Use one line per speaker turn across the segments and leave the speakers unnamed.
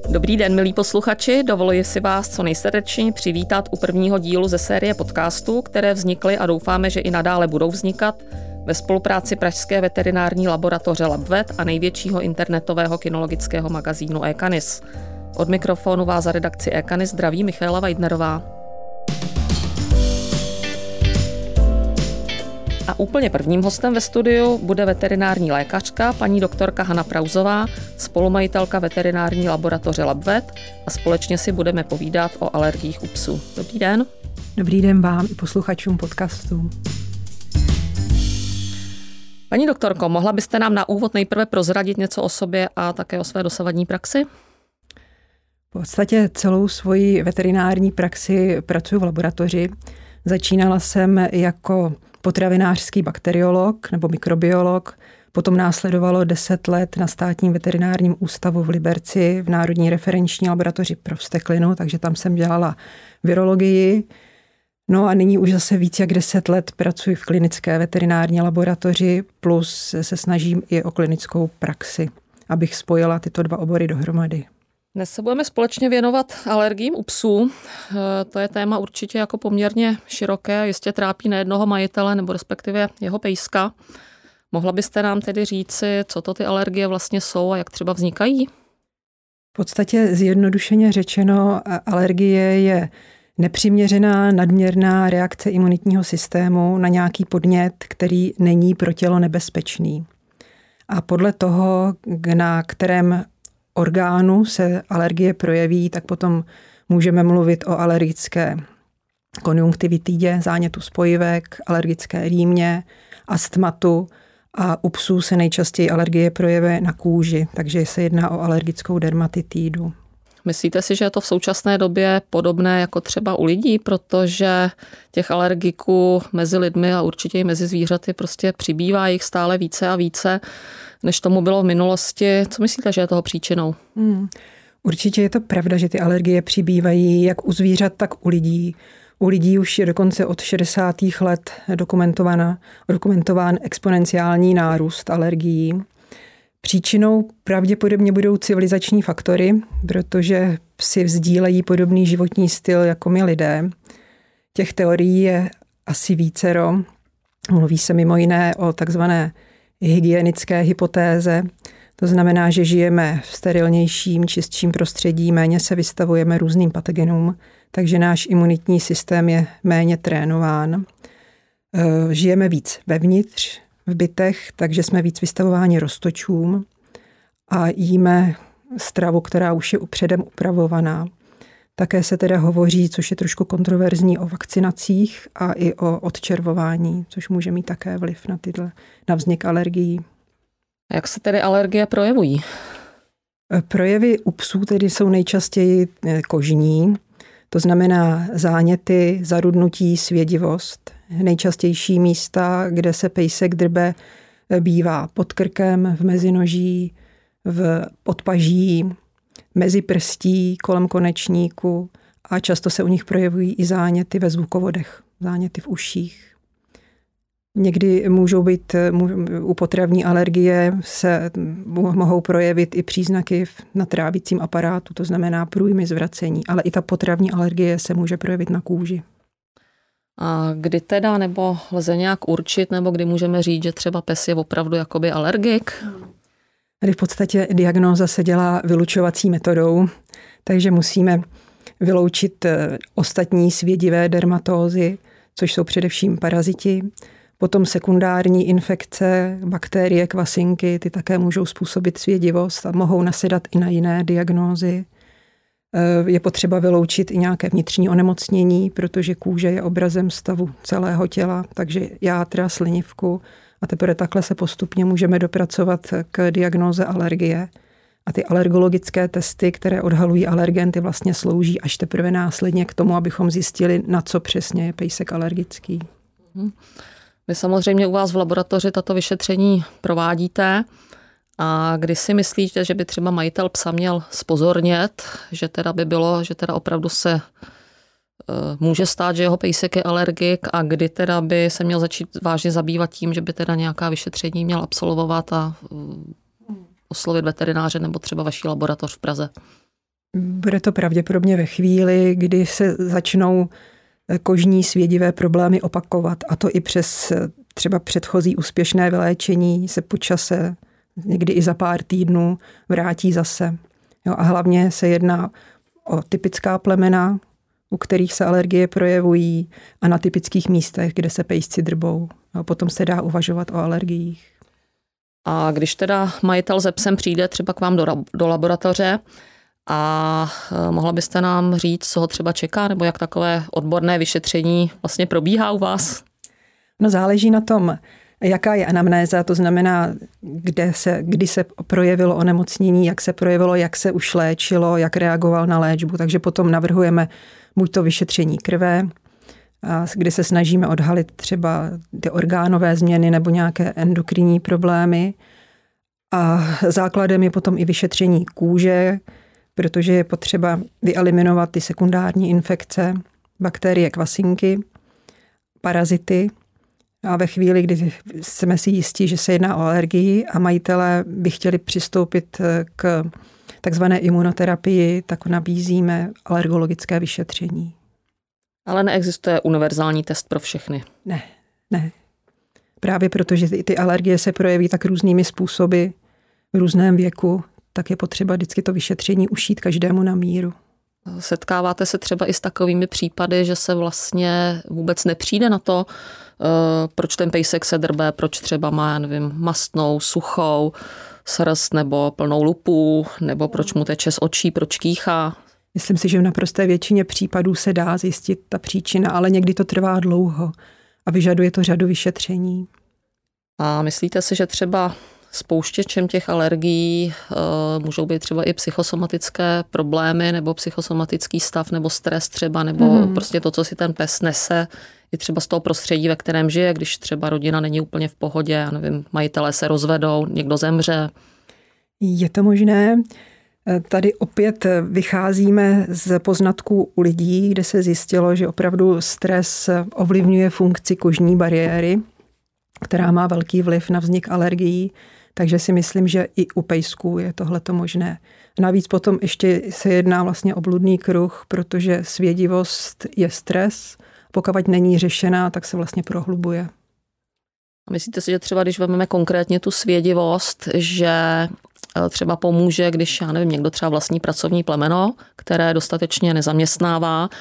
Dobrý den, milí posluchači, dovoluji si vás co nejsrdečněji přivítat u prvního dílu ze série podcastů, které vznikly a doufáme, že i nadále budou vznikat ve spolupráci Pražské veterinární laboratoře LabVet a největšího internetového kynologického magazínu eCanis. Od mikrofonu vás za redakci eCanis zdraví Michaela Weidnerová. A úplně prvním hostem ve studiu bude veterinární lékařka, paní doktorka Hana Prauzová, spolumajitelka veterinární laboratoře LabVet a společně si budeme povídat o alergiích u psů. Dobrý den.
Dobrý den vám i posluchačům podcastu.
Paní doktorko, mohla byste nám na úvod nejprve prozradit něco o sobě a také o své dosavadní praxi?
V podstatě celou svoji veterinární praxi pracuji v laboratoři. Začínala jsem jako potravinářský bakteriolog nebo mikrobiolog, potom následovalo 10 let na Státním veterinárním ústavu v Liberci v Národní referenční laboratoři pro vzteklinu, takže tam jsem dělala virologii. No a nyní už zase víc jak 10 let pracuji v klinické veterinární laboratoři, plus se snažím i o klinickou praxi, abych spojila tyto dva obory dohromady.
Dnes se budeme společně věnovat alergiím u psů. To je téma určitě jako poměrně široké, jistě trápí nejednoho majitele nebo respektive jeho pejska. Mohla byste nám tedy říci, co to ty alergie vlastně jsou a jak třeba vznikají?
V podstatě zjednodušeně řečeno, alergie je nepřiměřená, nadměrná reakce imunitního systému na nějaký podnět, který není pro tělo nebezpečný. A podle toho, na kterém orgánu se alergie projeví, tak potom můžeme mluvit o alergické konjunktivitidě, zánětu spojivek, alergické rýmě, astmatu a u psů se nejčastěji alergie projevuje na kůži, takže se jedná o alergickou dermatitidu.
Myslíte si, že je to v současné době podobné jako třeba u lidí, protože těch alergiků mezi lidmi a určitě i mezi zvířaty prostě přibývá jich stále více a více, než tomu bylo v minulosti. Co myslíte, že je toho příčinou?
Určitě je to pravda, že ty alergie přibývají jak u zvířat, tak u lidí. U lidí už je dokonce od 60. let dokumentován exponenciální nárůst alergií. Příčinou pravděpodobně budou civilizační faktory, protože psi sdílejí podobný životní styl jako my lidé. Těch teorií je asi vícero. Mluví se mimo jiné o takzvané hygienické hypotéze. To znamená, že žijeme v sterilnějším, čistším prostředí, méně se vystavujeme různým patogenům, takže náš imunitní systém je méně trénován. Žijeme víc vevnitř, v bytech, takže jsme víc vystavováni roztočům a jíme stravu, která už je předem upravovaná. Také se teda hovoří, což je trošku kontroverzní, o vakcinacích a i o odčervování, což může mít také vliv na vznik alergií.
A jak se tedy alergie projevují?
Projevy u psů tedy jsou nejčastěji kožní, to znamená záněty, zarudnutí, svědivost. Nejčastější místa, kde se pejsek drbe, bývá pod krkem, v mezinoží, v podpaží, mezi prstí, kolem konečníku a často se u nich projevují i záněty ve zvukovodech, záněty v uších. Někdy můžou být u potravní alergie se mohou projevit i příznaky na trávicím aparátu, to znamená průjmy, zvracení, ale i ta potravní alergie se může projevit na kůži.
A kdy teda, nebo lze nějak určit, nebo kdy můžeme říct, že třeba pes je opravdu jakoby alergik?
Tady v podstatě diagnóza se dělá vylučovací metodou, takže musíme vyloučit ostatní svědivé dermatózy, což jsou především paraziti. Potom sekundární infekce, bakterie, kvasinky, ty také můžou způsobit svědivost a mohou nasedat i na jiné diagnózy. Je potřeba vyloučit i nějaké vnitřní onemocnění, protože kůže je obrazem stavu celého těla, takže játra, slinivku a teprve takhle se postupně můžeme dopracovat k diagnóze alergie. A ty alergologické testy, které odhalují alergenty, vlastně slouží až teprve následně k tomu, abychom zjistili, na co přesně je pejsek alergický.
Vy samozřejmě u vás v laboratoři tato vyšetření provádíte. A kdy si myslíte, že by třeba majitel psa měl zpozornět, že teda by bylo, že teda opravdu se může stát, že jeho pejsek je alergik a kdy teda by se měl začít vážně zabývat tím, že by teda nějaká vyšetření měl absolvovat a oslovit veterináře nebo třeba vaší laboratoř v Praze?
Bude to pravděpodobně ve chvíli, kdy se začnou kožní svědivé problémy opakovat, a to i přes třeba předchozí úspěšné vyléčení se po čase, někdy i za pár týdnů, vrátí zase. Jo, a hlavně se jedná o typická plemena, u kterých se alergie projevují, a na typických místech, kde se pejsci drbou. Jo, potom se dá uvažovat o alergiích.
A když teda majitel se psem přijde třeba k vám do laboratoře, a mohla byste nám říct, co ho třeba čeká, nebo jak takové odborné vyšetření vlastně probíhá u vás?
No, záleží na tom, jaká je anamnéza, to znamená, kdy se projevilo onemocnění, jak se projevilo, jak se už léčilo, jak reagoval na léčbu. Takže potom navrhujeme buď to vyšetření krve, kdy se snažíme odhalit třeba ty orgánové změny nebo nějaké endokrinní problémy. A základem je potom i vyšetření kůže, protože je potřeba vyeliminovat ty sekundární infekce, bakterie, kvasinky, parazity. A ve chvíli, kdy jsme si jistí, že se jedná o alergii a majitelé by chtěli přistoupit k takzvané imunoterapii, tak nabízíme alergologické vyšetření.
Ale neexistuje univerzální test pro všechny.
Ne. Právě protože ty alergie se projeví tak různými způsoby v různém věku, tak je potřeba vždycky to vyšetření ušít každému na míru.
Setkáváte se třeba i s takovými případy, že se vlastně vůbec nepřijde na to, proč ten pejsek se drbe, proč třeba má, já nevím, mastnou, suchou srst nebo plnou lupu, nebo proč mu teče z očí, proč kýchá?
Myslím si, že v naprosté většině případů se dá zjistit ta příčina, ale někdy to trvá dlouho a vyžaduje to řadu vyšetření.
A myslíte si, že třeba spouštěčem těch alergií můžou být třeba i psychosomatické problémy nebo psychosomatický stav nebo stres třeba, nebo prostě to, co si ten pes nese i třeba z toho prostředí, ve kterém žije, když třeba rodina není úplně v pohodě, já nevím, majitelé se rozvedou, někdo zemře.
Je to možné. Tady opět vycházíme z poznatků u lidí, kde se zjistilo, že opravdu stres ovlivňuje funkci kožní bariéry, která má velký vliv na vznik alergií, takže si myslím, že i u pejsků je tohleto možné. Navíc potom ještě se jedná vlastně o bludný kruh, protože svědivost je stres, pokud není řešená, tak se vlastně prohlubuje.
A myslíte si, že třeba když vezmeme konkrétně tu svědivost, že třeba pomůže, když, já nevím, někdo třeba vlastní pracovní plemeno, které dostatečně nezaměstnává,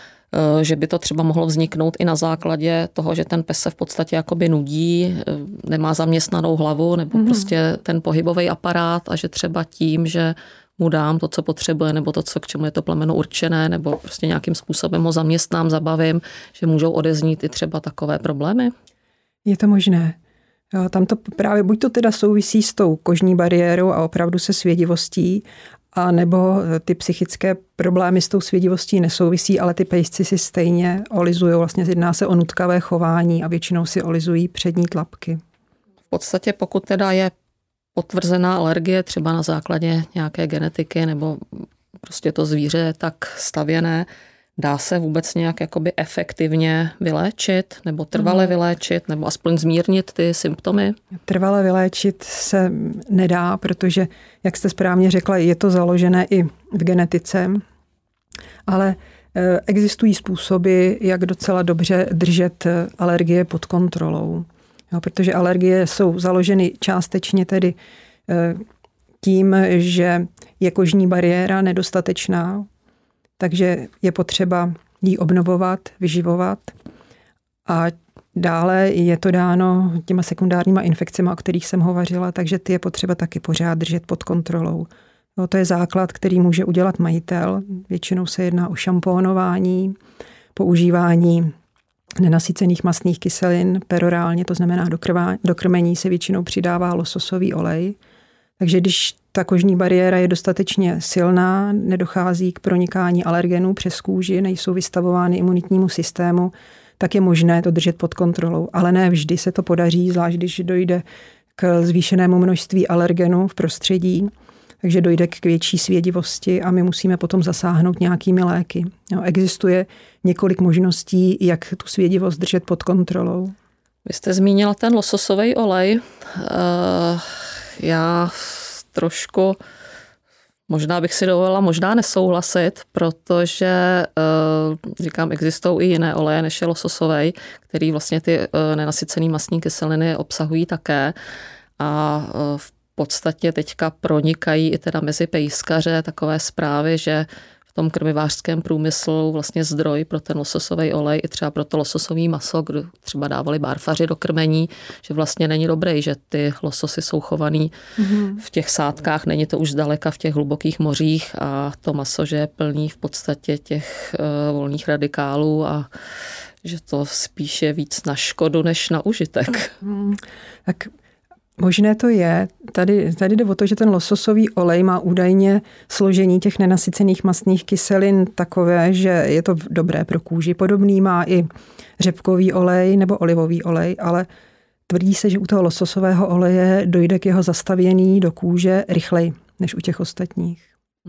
že by to třeba mohlo vzniknout i na základě toho, že ten pes se v podstatě jakoby nudí, nemá zaměstnanou hlavu nebo prostě ten pohybový aparát, a že třeba tím, že mu dám to, co potřebuje, nebo to, co k čemu je to plemeno určené, nebo prostě nějakým způsobem ho zaměstnám, zabavím, že můžou odeznít i třeba takové problémy?
Je to možné. Jo, tam to právě buď to teda souvisí s tou kožní bariérou a opravdu se svědivostí, a nebo ty psychické problémy s tou svědivostí nesouvisí, ale ty pejsci si stejně olizují. Vlastně jedná se o nutkavé chování a většinou si olizují přední tlapky.
V podstatě pokud teda je potvrzená alergie třeba na základě nějaké genetiky nebo prostě to zvíře je tak stavěné, dá se vůbec nějak jakoby efektivně vyléčit nebo trvale vyléčit nebo aspoň zmírnit ty symptomy?
Trvale vyléčit se nedá, protože, jak jste správně řekla, je to založené i v genetice, ale existují způsoby, jak docela dobře držet alergie pod kontrolou. Jo, protože alergie jsou založeny částečně tedy tím, že je kožní bariéra nedostatečná, takže je potřeba ji obnovovat, vyživovat. A dále je to dáno těma sekundárníma infekcemi, o kterých jsem hovořila, takže ty je potřeba taky pořád držet pod kontrolou. No, to je základ, který může udělat majitel. Většinou se jedná o šampónování, používání nenasycených mastných kyselin perorálně, to znamená do krmení se většinou přidává lososový olej. Takže když ta kožní bariéra je dostatečně silná, nedochází k pronikání alergenů přes kůži, nejsou vystavovány imunitnímu systému, tak je možné to držet pod kontrolou. Ale ne vždy se to podaří, zvlášť když dojde k zvýšenému množství alergenů v prostředí, takže dojde k větší svědivosti a my musíme potom zasáhnout nějakými léky. No, existuje několik možností, jak tu svědivost držet pod kontrolou.
Vy jste zmínila ten lososový olej. Já trošku Možná bych si dovolila možná nesouhlasit, protože říkám, existují i jiné oleje než je lososovej, který vlastně ty nenasycené mastní kyseliny obsahují také. A v podstatě teďka pronikají i teda mezi pejskaře takové zprávy, že v tom krmivářském průmyslu vlastně zdroj pro ten lososový olej i třeba pro to lososový maso, kdo třeba dávali barfaři do krmení, že vlastně není dobrý, že ty lososy jsou chovaný v těch sádkách, není to už zdaleka v těch hlubokých mořích a to maso, že je plný v podstatě těch volných radikálů a že to spíš je víc na škodu než na užitek.
Tak možné to je. Tady jde o to, že ten lososový olej má údajně složení těch nenasycených mastných kyselin takové, že je to dobré pro kůži. Podobný má i řepkový olej nebo olivový olej, ale tvrdí se, že u toho lososového oleje dojde k jeho zastavění do kůže rychleji než u těch ostatních.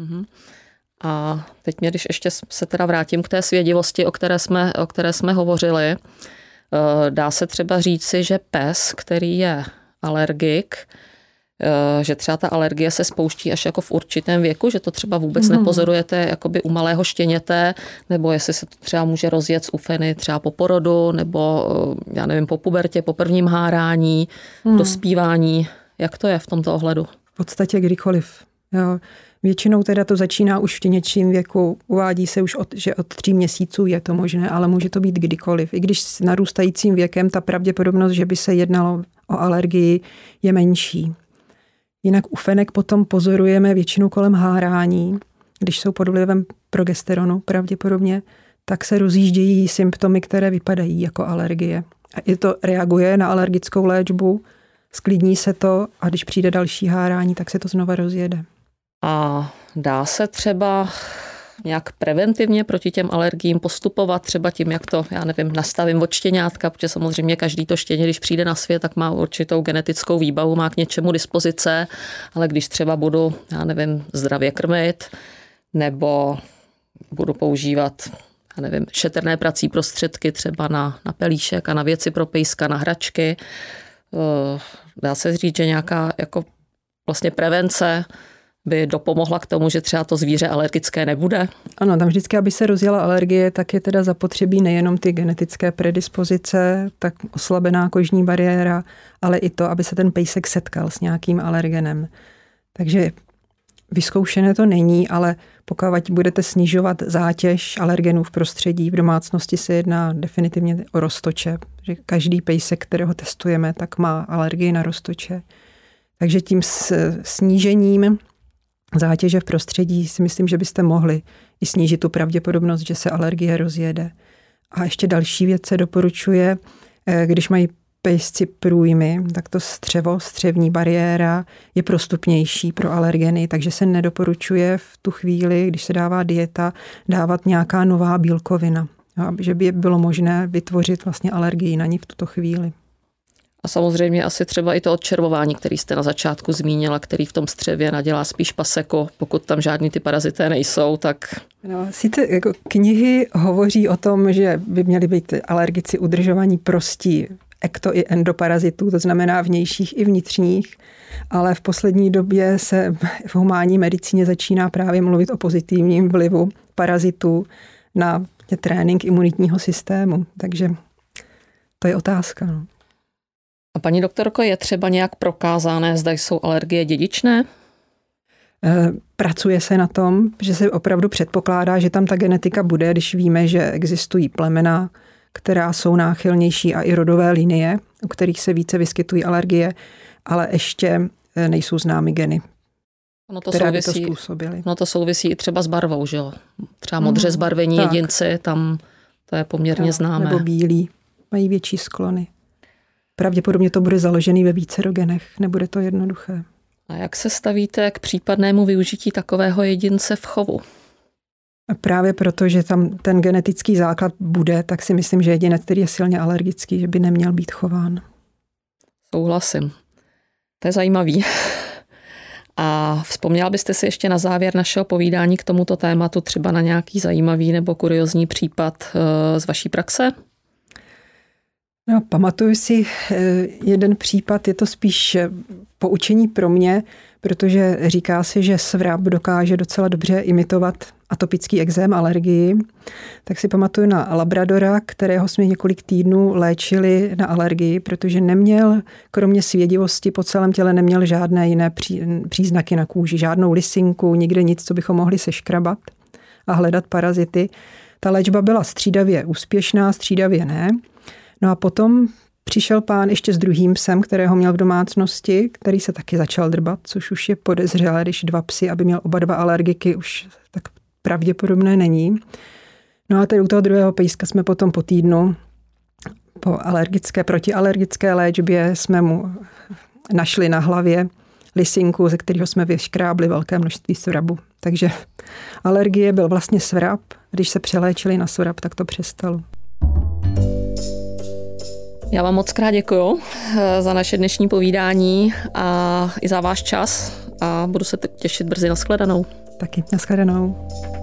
A teď mě, když ještě se teda vrátím k té svědivosti, o které jsme hovořili, dá se třeba říci, že pes, který je alergik, že třeba ta alergie se spouští až jako v určitém věku, že to třeba vůbec nepozorujete jakoby u malého štěněte, nebo jestli se to třeba může rozjet z ufeny třeba po porodu, nebo já nevím, po pubertě, po prvním hárání, dospívání. Jak to je v tomto ohledu?
V podstatě kdykoliv. Jo. Většinou teda to začíná už v těněčím věku. Uvádí se už, že od 3 měsíců je to možné, ale může to být kdykoliv. I když s narůstajícím věkem ta pravděpodobnost, že by se jednalo o alergii, je menší. Jinak u fenek potom pozorujeme většinou kolem hárání, když jsou pod vlivem progesteronu pravděpodobně, tak se rozjíždějí symptomy, které vypadají jako alergie. A i to reaguje na alergickou léčbu, sklidní se to a když přijde další hárání, tak se to znova rozjede.
A dá se třeba nějak preventivně proti těm alergiím postupovat, třeba tím, jak to, já nevím, nastavím od štěňátka, protože samozřejmě každý to štěně, když přijde na svět, tak má určitou genetickou výbavu, má k něčemu dispozice, ale když třeba budu, já nevím, zdravě krmit, nebo budu používat, já nevím, šetrné prací prostředky třeba na pelíšek a na věci pro pejska, na hračky, dá se říct, že nějaká jako vlastně prevence by dopomohla k tomu, že třeba to zvíře alergické nebude?
Ano, tam vždycky, aby se rozjela alergie, tak je teda zapotřebí nejenom ty genetické predispozice, tak oslabená kožní bariéra, ale i to, aby se ten pejsek setkal s nějakým alergenem. Takže vyzkoušené to není, ale pokud budete snižovat zátěž alergenů v prostředí, v domácnosti se jedná definitivně o roztoče, že každý pejsek, kterého testujeme, tak má alergii na roztoče. Takže tím snížením zátěže v prostředí si myslím, že byste mohli i snížit tu pravděpodobnost, že se alergie rozjede. A ještě další věc se doporučuje, když mají pejsci průjmy, tak to střevní bariéra je prostupnější pro alergeny, takže se nedoporučuje v tu chvíli, když se dává dieta, dávat nějaká nová bílkovina, že by bylo možné vytvořit vlastně alergii na ní v tuto chvíli.
A samozřejmě asi třeba i to odčervování, který jste na začátku zmínila, který v tom střevě nadělá spíš paseku, pokud tam žádný ty parazité nejsou, tak...
No, sice jako knihy hovoří o tom, že by měly být alergici udržovaní prostí ekto- i endoparazitů, to znamená vnějších i vnitřních, ale v poslední době se v humánní medicíně začíná právě mluvit o pozitivním vlivu parazitů na trénink imunitního systému, takže to je otázka. No.
A paní doktorko, je třeba nějak prokázané, zda jsou alergie dědičné?
Pracuje se na tom, že se opravdu předpokládá, že tam ta genetika bude, když víme, že existují plemena, která jsou náchylnější a i rodové linie, u kterých se více vyskytují alergie, ale ještě nejsou známy geny, které by to způsobily.
No to souvisí i třeba s barvou, že jo? Třeba modře zbarvení jedinci, tam to je poměrně známé.
Nebo bílí, mají větší sklony. Pravděpodobně to bude založený ve vícero genech, nebude to jednoduché.
A jak se stavíte k případnému využití takového jedince v chovu?
A právě proto, že tam ten genetický základ bude, tak si myslím, že jedinec, který je silně alergický, že by neměl být chován.
Souhlasím. To je zajímavý. A vzpomněla byste si ještě na závěr našeho povídání k tomuto tématu třeba na nějaký zajímavý nebo kuriózní případ z vaší praxe?
No, pamatuju si jeden případ, je to spíš poučení pro mě, protože říká se, že svrab dokáže docela dobře imitovat atopický ekzém, alergii. Tak si pamatuju na labradora, kterého jsme několik týdnů léčili na alergii, protože neměl, kromě svědivosti po celém těle, neměl žádné jiné příznaky na kůži, žádnou lisinku, nikde nic, co bychom mohli seškrabat a hledat parazity. Ta léčba byla střídavě úspěšná, střídavě ne. No a potom přišel pán ještě s druhým psem, kterého měl v domácnosti, který se taky začal drbat, což už je podezřelé, když 2 psy, aby měl oba 2 alergiky, už tak pravděpodobné není. No a tady u toho druhého pejska jsme potom po týdnu po protialergické léčbě jsme mu našli na hlavě lisinku, ze kterého jsme vyškrábli velké množství svrabu. Takže alergie byl vlastně svrab. Když se přeléčili na svrab, tak to přestalo.
Já vám moc krát děkuju za naše dnešní povídání a i za váš čas a budu se těšit brzy. Nashledanou.
Taky nashledanou.